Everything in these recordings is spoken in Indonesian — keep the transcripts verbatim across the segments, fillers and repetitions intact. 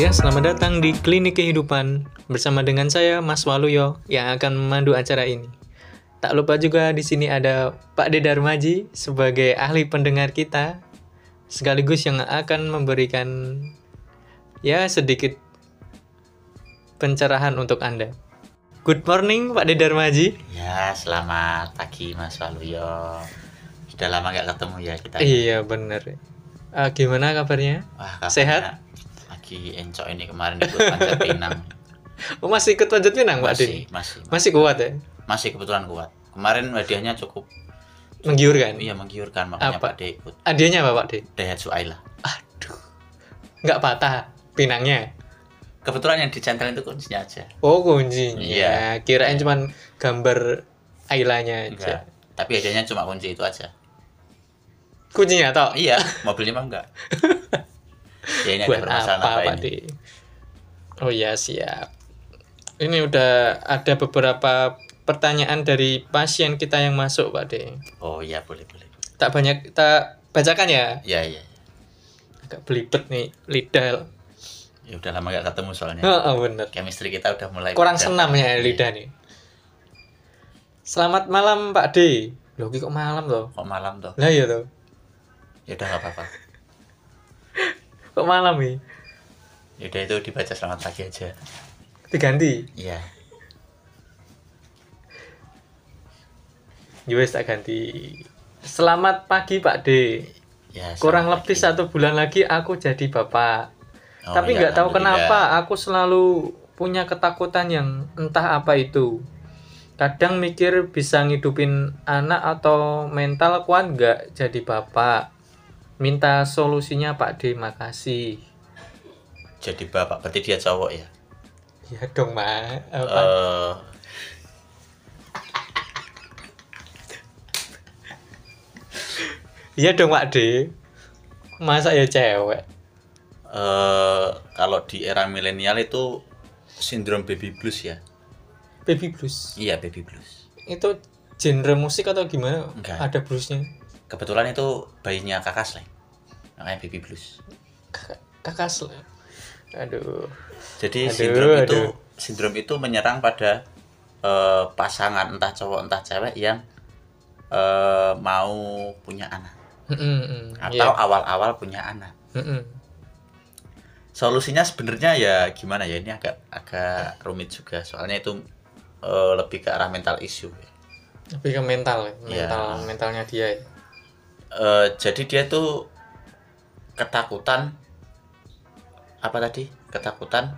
semuanya, selamat datang di Klinik Kehidupan bersama dengan saya Mas Waluyo yang akan memandu acara ini. Tak lupa juga di sini ada Pak De Darmaji sebagai ahli pendengar kita, sekaligus yang akan memberikan ya sedikit pencerahan untuk Anda. Good morning Pak De Darmaji. Ya, selamat pagi Mas Waluyo. Sudah lama gak ketemu ya kita. Iya benar. Uh, gimana kabarnya? Wah, kabarnya Sehat? Lagi encok ini kemarin ikut panjat pinang. Oh, masih ikut panjat pinang Pak De? Masih, masih, Masih kuat ya? Masih kebetulan kuat. Kemarin hadiahnya cukup, cukup Menggiurkan? Iya, menggiurkan, makanya Apa? Pak De ikut. Hadiahnya apa Pak De? Daihatsu Ayla. Aduh, nggak patah pinangnya? Kebetulan yang dicentelin itu kuncinya aja. Oh kuncinya, Iya. kirain cuman gambar Ailanya aja. Enggak. Tapi hadiahnya cuma kunci itu aja. Kuncinya toh? Iya, mobilnya mah enggak. Ya ini ada Buat permasalahan apa apa Pak ini? De? Oh ya siap. Ini udah ada beberapa pertanyaan dari pasien kita yang masuk Pak De. Oh iya, boleh, boleh. Tak banyak kita bacakan ya. Iya, iya. Agak belibet nih lidah. Ya udah lama gak ketemu soalnya. Oh, oh bener. Chemistry kita udah mulai Kurang beda. senam ya Iya. lidah nih. Selamat malam Pak De. Loh, kok malam loh? Kok malam toh? Lah iya toh. Ya udah nggak apa-apa. Kok malam nih? Ya udah itu dibaca selamat pagi aja. Diganti. Iya. Yowes tak ganti. Selamat pagi Pak De. Ya. Kurang selamat lebih pagi. satu bulan lagi aku jadi bapak. Oh, Tapi ya, nggak tahu alhamdulillah. kenapa aku selalu punya ketakutan yang entah apa itu. Kadang mikir bisa ngidupin anak atau mental kuat nggak jadi bapak. Minta solusinya Pak De, makasih. Jadi bapak berarti dia cowok ya? Ya dong Mak. Apa? Eh, Iya dong Pak De. Masa ya cewek? eh, kalau di era milenial itu sindrom baby blues ya? Baby blues. Iya, baby blues. Itu genre musik atau gimana? Enggak. Ada bluesnya? Kebetulan itu bayinya kakak Sleng. Makanya baby blues. Kakak, kakak sel- Aduh. Jadi Aduh, sindrom itu aduh. sindrom itu menyerang pada eh, pasangan entah cowok entah cewek yang eh, mau punya anak Mm-mm, mm, atau iya. awal-awal punya anak. Mm-mm. Solusinya sebenarnya ya gimana ya, ini agak agak rumit juga soalnya itu eh, lebih ke arah mental issue ya. Lebih ke mental, ya. Iya. mental mentalnya dia. ya. Eh, jadi dia tuh ketakutan apa tadi ketakutan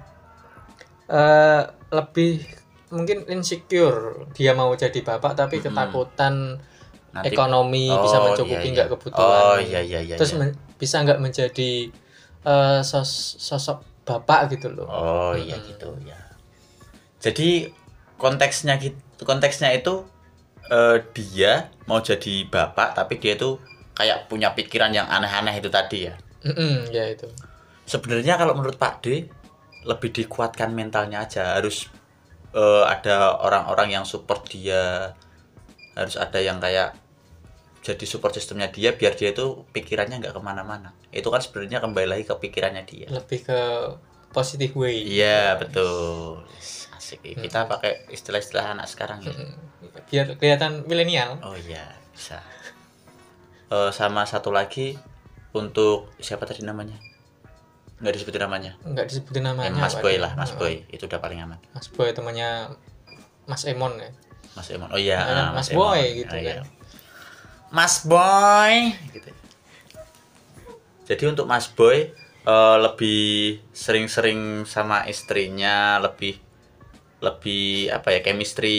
Eh, lebih mungkin insecure. Dia mau jadi bapak tapi Mm-mm. ketakutan nanti ekonomi Oh, bisa mencukupi iya, iya. nggak kebutuhan. Oh iya iya iya. Terus iya. men- bisa nggak menjadi eh, sos- sosok bapak gitu loh. Oh iya Mm-mm. gitu ya. Jadi konteksnya gitu konteksnya itu eh, dia mau jadi bapak tapi dia tuh kayak punya pikiran yang aneh-aneh itu tadi ya. Mm-mm, ya itu. Sebenarnya kalau menurut Pak D lebih dikuatkan mentalnya aja, harus eh, ada orang-orang yang support dia, harus ada yang kayak jadi support sistemnya dia biar dia itu pikirannya nggak kemana-mana. Itu kan sebenarnya kembali lagi ke pikirannya dia. Lebih ke positive way. Iya betul. Asik. Kita pakai istilah-istilah anak sekarang ya. Mm-mm. Biar kelihatan milenial. Oh iya bisa. Eh, sama satu lagi untuk siapa tadi namanya? Nggak disebutin namanya. Nggak disebutin Ya, namanya. Mas Pak Boy De. lah, Mas Heeh. Boy. Itu udah paling aman. Mas Boy temannya Mas Emon ya. Mas Emon. Oh iya, Ya, ah, Mas Emon. Boy gitu Ah, iya. kan. Mas Boy gitu. Jadi untuk Mas Boy eh, lebih sering-sering sama istrinya, lebih lebih apa ya, chemistry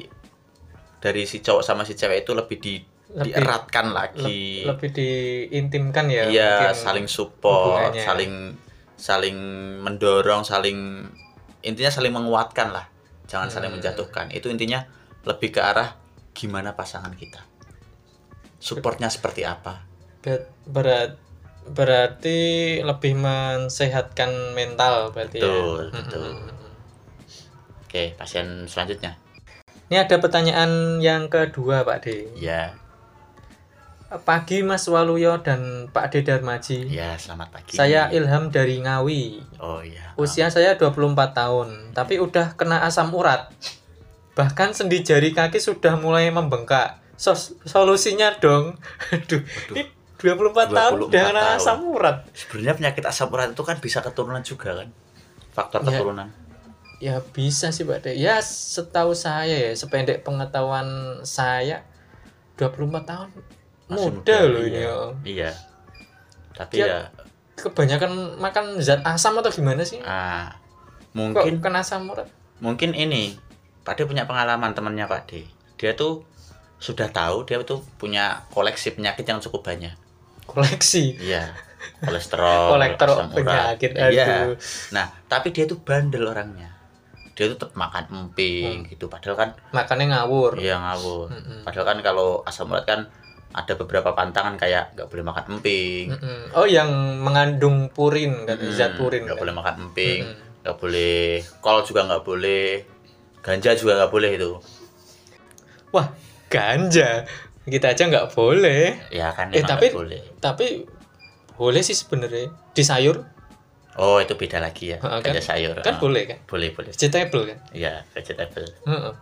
dari si cowok sama si cewek itu lebih di Lebih- dieratkan Leb- lagi. lebih diintimkan ya. Iya, mungkin saling support, hubungannya. saling saling mendorong, saling intinya saling menguatkan lah. Jangan saling Hmm. menjatuhkan. Itu intinya lebih ke arah gimana pasangan kita. Supportnya seperti apa? Ber- berat berarti lebih mensehatkan mental berarti Betul, ya. betul. Mm-mm. Oke, pasien selanjutnya. Ini ada pertanyaan yang kedua Pak De. Ya, Pagi Mas Waluyo dan Pak De Darmaji. Ya, selamat pagi. Saya Ilham dari Ngawi. Oh iya. Usia saya dua puluh empat tahun, tapi udah kena asam urat. Bahkan sendi jari kaki sudah mulai membengkak. Sos- solusinya dong. Aduh, ini dua puluh empat tahun udah kena tahun. asam urat. Sebenarnya penyakit asam urat itu kan bisa keturunan juga kan? Faktor Ya. keturunan. Ya bisa sih Pak De. Ya setahu saya ya, sependek pengetahuan saya dua puluh empat tahun Masih muda loh ini. iya. Ya. Iya. Tapi Dia ya kebanyakan makan zat asam atau gimana sih? ah Kok mungkin kena asam urat? mungkin ini Pak De punya pengalaman temannya Pak De. Dia tuh sudah tahu dia tuh punya koleksi penyakit yang cukup banyak. Koleksi. Iya. Kolesterol, Kolektor asam urat. penyakit, Iya. aduh. Nah, tapi dia tuh bandel orangnya. Dia tuh tetap makan emping gitu. Padahal kan Makannya ngawur. iya ngawur. Mm-mm. Padahal kan kalau asam urat kan ada beberapa pantangan kayak nggak boleh makan emping. Mm-mm. Oh, yang mengandung purin kan, Hmm, zat purin. nggak kan? boleh makan emping, Mm-mm. nggak boleh kol juga nggak boleh, ganja juga nggak boleh itu. Wah, ganja. Kita aja nggak boleh. Ya kan Eh, emang tapi nggak boleh. tapi boleh sih sebenarnya di sayur. Oh itu beda lagi ya, Ha, kan? ganja sayur. Kan Ah, boleh kan? boleh boleh. Vegetable kan? Iya vegetable. Heeh.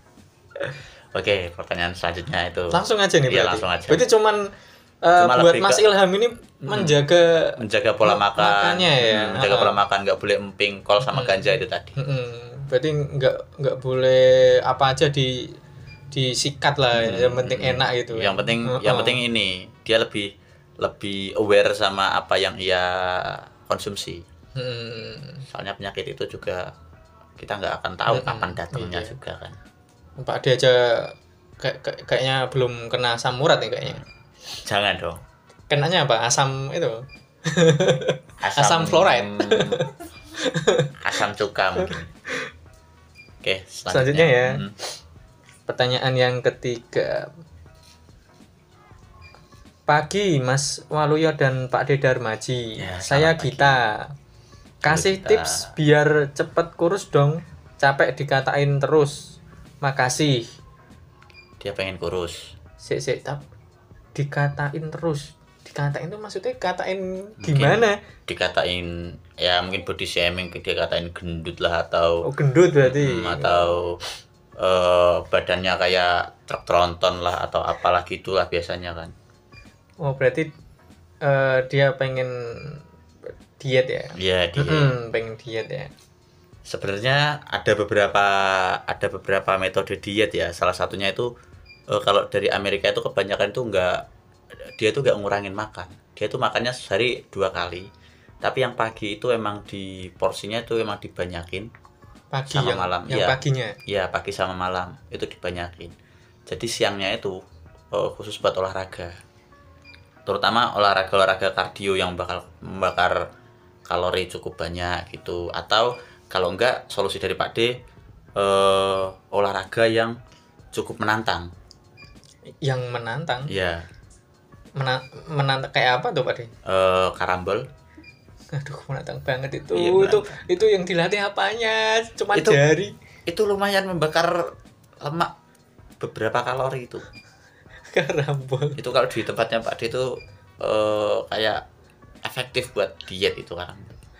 Oke pertanyaan selanjutnya itu Langsung aja nih Iya, berarti. langsung aja. Berarti cuman uh, Cuma buat lebih Mas ke- Ilham ini menjaga menjaga pola Ma- makan, makannya ya. Hmm, menjaga Ha. pola makan, nggak boleh emping, kol sama ganja itu tadi. Mm-mm. Berarti nggak nggak boleh apa aja di disikat lah, yang penting enak gitu. Yang penting Heeh. yang penting ini dia lebih lebih aware sama apa yang ia konsumsi. Hmm. Soalnya penyakit itu juga kita nggak akan tahu Mm-mm. kapan datangnya Iya. juga kan. Pak Ade aja kayak kayak- kayaknya belum kena asam urat nih kayaknya. Jangan dong. Kenanya apa? Asam itu. Asam fluoride. Asam cuka mungkin. Oke, selanjutnya, Selanjutnya ya. Hmm. Pertanyaan yang ketiga. Pagi Mas Waluyo dan Pak De Darmaji. Ya, Saya selamat pagi. Gita. Kasih Gita. tips biar cepet kurus dong. Capek dikatain terus. Makasih. Dia pengen kurus. Sik sik tap. Dikatain terus. Dikatain itu maksudnya katain gimana? Dikatain ya mungkin body shaming, dia katain gendut lah atau Oh, gendut berarti. Hmm, atau eh, badannya kayak truk tronton lah atau apalah gitulah biasanya kan. Oh, berarti eh, dia pengen diet ya? Iya dia. Mm-mm, pengen diet ya. Sebenarnya ada beberapa ada beberapa metode diet ya. Salah satunya itu eh, kalau dari Amerika itu kebanyakan itu enggak dia tuh enggak ngurangin makan. Dia tuh makannya sehari dua kali. Tapi yang pagi itu emang di porsinya itu emang dibanyakin. Pagi Sama yang, malam, yang iya. paginya. Ya pagi sama malam itu dibanyakin. Jadi siangnya itu eh, khusus buat olahraga. Terutama olahraga-olahraga kardio yang bakal membakar kalori cukup banyak gitu. Atau kalau enggak solusi dari Pak D eh, olahraga yang cukup menantang. Yang menantang. Ya, Mena- menantang kayak apa tuh Pak De? eh, karambol. Aduh, menantang banget itu. Iya, itu menantang. itu yang dilatih apanya? Cuma Itu- jari. Itu lumayan membakar lemak beberapa kalori itu. Karambol. Itu kalau di tempatnya Pak D itu eh, kayak efektif buat diet itu kan.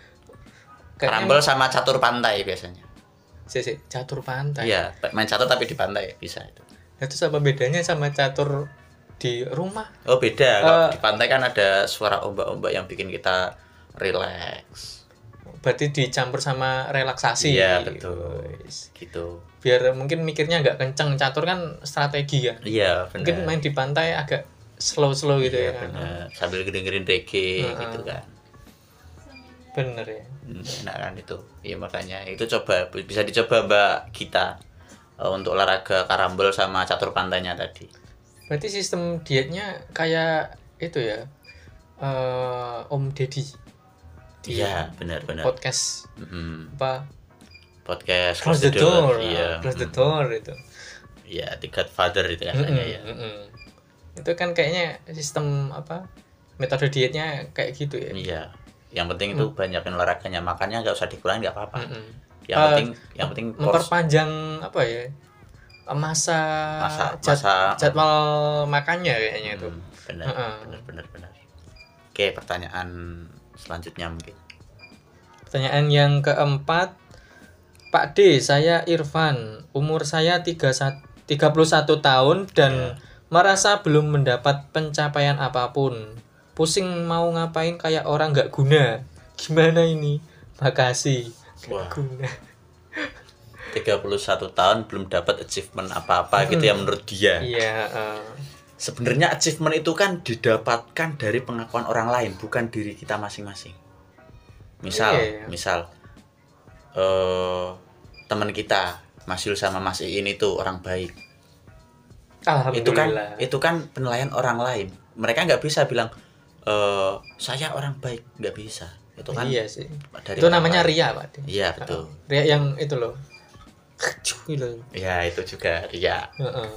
Karambol sama catur pantai biasanya. Sik, sik, catur pantai. Iya, main catur tapi di pantai bisa itu. Itu apa bedanya sama catur di rumah? Oh beda, kalau Eh, di pantai kan ada suara ombak-ombak yang bikin kita relax. Berarti dicampur sama relaksasi. Iya betul, Wis. gitu. Biar mungkin mikirnya nggak kenceng. Catur kan strategi kan. Iya benar. Mungkin main di pantai agak slow-slow gitu Iya ya kan. benar. Sambil dengerin reggae Heeh. gitu kan. Bener ya. Hmm, enak kan itu. Iya makanya itu coba bisa dicoba Mbak Gita eh, untuk olahraga karambol sama catur pantainya tadi. Berarti sistem dietnya kayak itu ya. eh Om Deddy di Iya benar-benar. podcast Mm-mm. apa Podcast Close the Door. Iya. Close the Mm. Door itu. Iya, The Godfather itu katanya Mm-mm, ya. mm-mm. Itu kan kayaknya sistem apa metode dietnya kayak gitu ya. Iya. Yang penting itu banyakin olahraganya, makannya nggak usah dikurangin nggak apa-apa. Mm-mm. Yang Eh, penting yang penting porsi. Memperpanjang apa ya? masa, Masa jad- masa jadwal makannya kayaknya itu. Hmm, benar, Heeh. benar, benar, benar. Oke, pertanyaan selanjutnya mungkin. Pertanyaan yang keempat, Pak D, saya Irfan, umur saya tiga puluh satu tahun dan Ya. merasa belum mendapat pencapaian apapun. Pusing mau ngapain kayak orang nggak guna. Gimana ini? Makasih. Nggak Wah. guna. tiga puluh satu tahun belum dapat achievement apa-apa gitu ya menurut dia. Iya. eh. Sebenarnya achievement itu kan didapatkan dari pengakuan orang lain, bukan diri kita masing-masing. Misal, Iya. misal eh teman kita Mas Yul sama Mas Iin itu orang baik. Itu kan Alhamdulillah. itu kan penilaian orang lain. Mereka nggak bisa bilang eh saya orang baik, nggak bisa. Itu kan Iya sih. dari Itu orang namanya lain. ria, Pak D. Iya, betul. Ria yang itu loh. Gitu. Ya, itu juga ria. Heeh.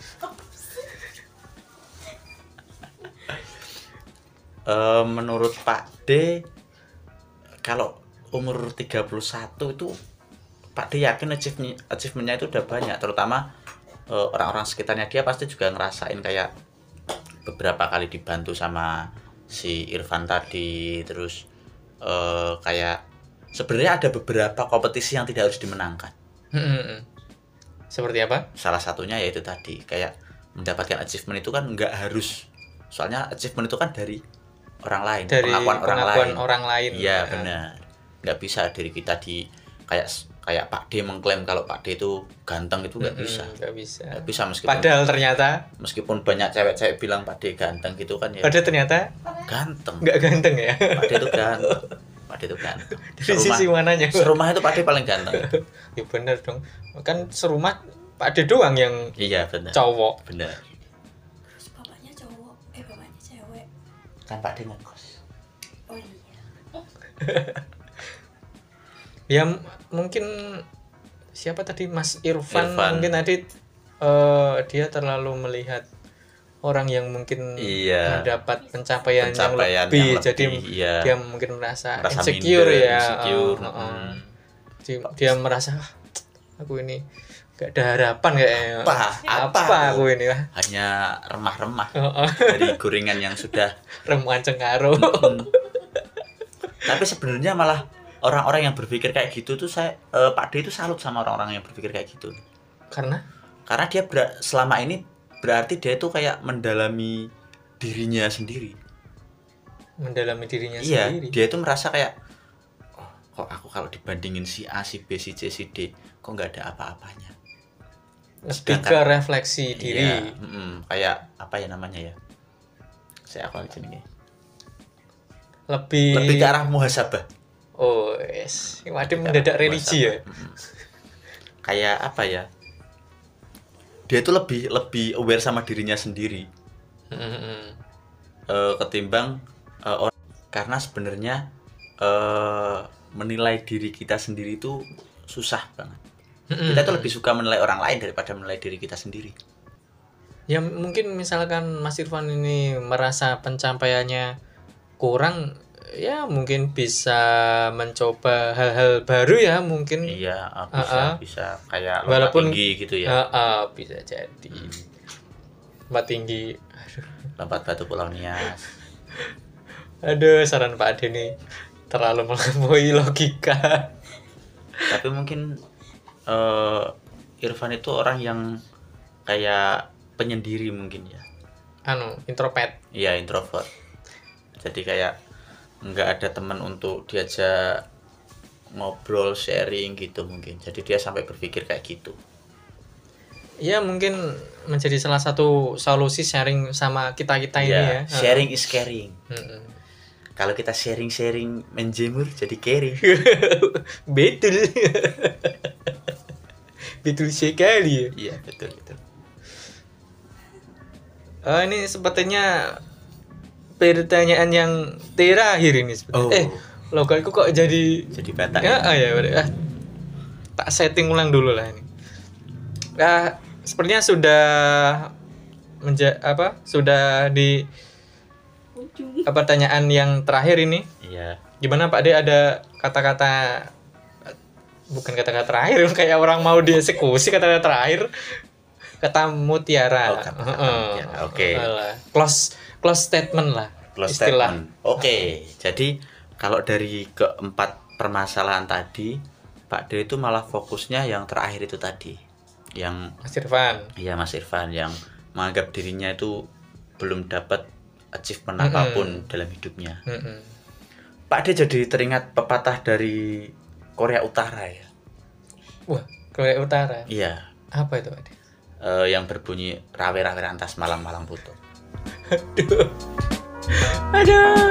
Eh, menurut Pak D, kalau umur tiga puluh satu itu Pak D yakin achievement achievementnya itu udah banyak, terutama eh, orang-orang sekitarnya dia pasti juga ngerasain kayak beberapa kali dibantu sama si Irfan tadi, terus eh, kayak sebenarnya ada beberapa kompetisi yang tidak harus dimenangkan. Mm-mm. Seperti apa? Salah satunya yaitu tadi kayak mendapatkan achievement itu kan nggak harus, soalnya achievement itu kan dari orang lain, Dari pengakuan, orang pengakuan lain. orang lain. Iya, Nah, benar. Nggak bisa diri kita di kayak kayak Pak D mengklaim kalau Pak D itu ganteng, itu nggak mm-mm, bisa. nggak bisa. Nggak bisa meskipun Padahal ternyata, meskipun banyak cewek-cewek bilang Pak D ganteng gitu kan ya. padahal ternyata Ganteng. nggak ganteng ya. Pak D itu ganteng. Pak D itu ganteng. Dari sisi mananya? Serumah itu Pak D paling ganteng. Ya bener dong. Kan serumah Pak D doang yang Iya, benar. cowok. Benar. Terus bapaknya cowok, eh bapaknya cewek. Kan Pak D ngekos. Oh iya. Ya m- mungkin siapa tadi Mas Irfan, Irfan. mungkin tadi eh, dia terlalu melihat orang yang mungkin Iya. mendapat pencapaian, Pencapaian yang lebih, yang jadi lebih, iya. dia mungkin merasa, Merasa insecure minder, ya. insecure, eh, eh. mm. Dia, dia merasa "Ah, aku ini gak ada harapan kayaknya. Apa? Apa, Apa? aku ini lah. Hanya remah-remah Oh, oh. dari gorengan yang sudah. Remuan cengkaro. Tapi sebenarnya malah orang-orang yang berpikir kayak gitu tuh saya eh, Pak D itu salut sama orang-orang yang berpikir kayak gitu. Karena Karena dia ber- selama ini berarti dia itu kayak mendalami dirinya sendiri. mendalami dirinya Iya, sendiri. dia itu merasa kayak oh, kok aku kalau dibandingin si A, si B, si C, si D kok nggak ada apa-apanya. Lebih ke Sedangkan- refleksi diri. Iya, mm-mm, kayak apa ya namanya ya? Saya aku lagi nih. Lebih Lebih ke arah muhasabah. Oh, yes. Waduh, Lebih ke mendadak arah religi ya. muhasabah. Mm-mm. Kayak apa ya? Dia itu lebih lebih aware sama dirinya sendiri Mm-mm. eh, ketimbang eh, orang, karena sebenarnya eh, menilai diri kita sendiri itu susah banget. Kita tuh lebih suka menilai orang lain daripada menilai diri kita sendiri. Ya mungkin misalkan Mas Irfan ini merasa pencapaiannya kurang, ya mungkin bisa mencoba hal-hal baru ya mungkin. Iya, eh, bisa Uh-uh. bisa kayak lompat Walaupun tinggi gitu ya. Ah, ah, bisa jadi. Lompat tinggi. Aduh. Lompat batu Pulau Nias. Aduh, saran Pak Ade nih terlalu melampaui logika. Tapi mungkin eh, Irfan itu orang yang kayak penyendiri mungkin ya. Anu, introvert. Iya, introvert. Jadi kayak nggak ada teman untuk diajak ngobrol, sharing gitu mungkin. Jadi dia sampai berpikir kayak gitu. Ya mungkin menjadi salah satu solusi sharing sama kita-kita ini Iya, ya. sharing is caring. Mm-mm. Kalau kita sharing-sharing menjemur jadi caring. Betul. Betul sekali. Iya, betul betul. Oh, ini sepertinya pertanyaan yang terakhir ini sepertinya. Oh. Eh, logoku kok jadi Jadi batak. ya, ah, ya udah. Ah, tak setting ulang dulu lah ini. Ah, sepertinya sudah menja apa? Sudah di Ujung. apa, pertanyaan yang terakhir ini. Iya. Gimana Pak De, ada kata-kata, bukan kata-kata terakhir, kayak orang mau dieksekusi kata-kata terakhir. kata mutiara. Oh, kata- kata Heeh. mutiara, oke. Alah, Close close statement lah. Close istilah. statement. Oke, jadi kalau dari keempat permasalahan tadi, Pak D itu malah fokusnya yang terakhir itu tadi, yang Mas Irfan. ya Mas Irfan yang menganggap dirinya itu belum dapat achievement Mm-mm. apapun dalam hidupnya. Mm-mm. Pak D jadi teringat pepatah dari Korea Utara ya. Wah, Korea Utara. Iya, Apa itu, Pak? eh, yang berbunyi rawe-rawe rantas malam-malam butuh. Aduh.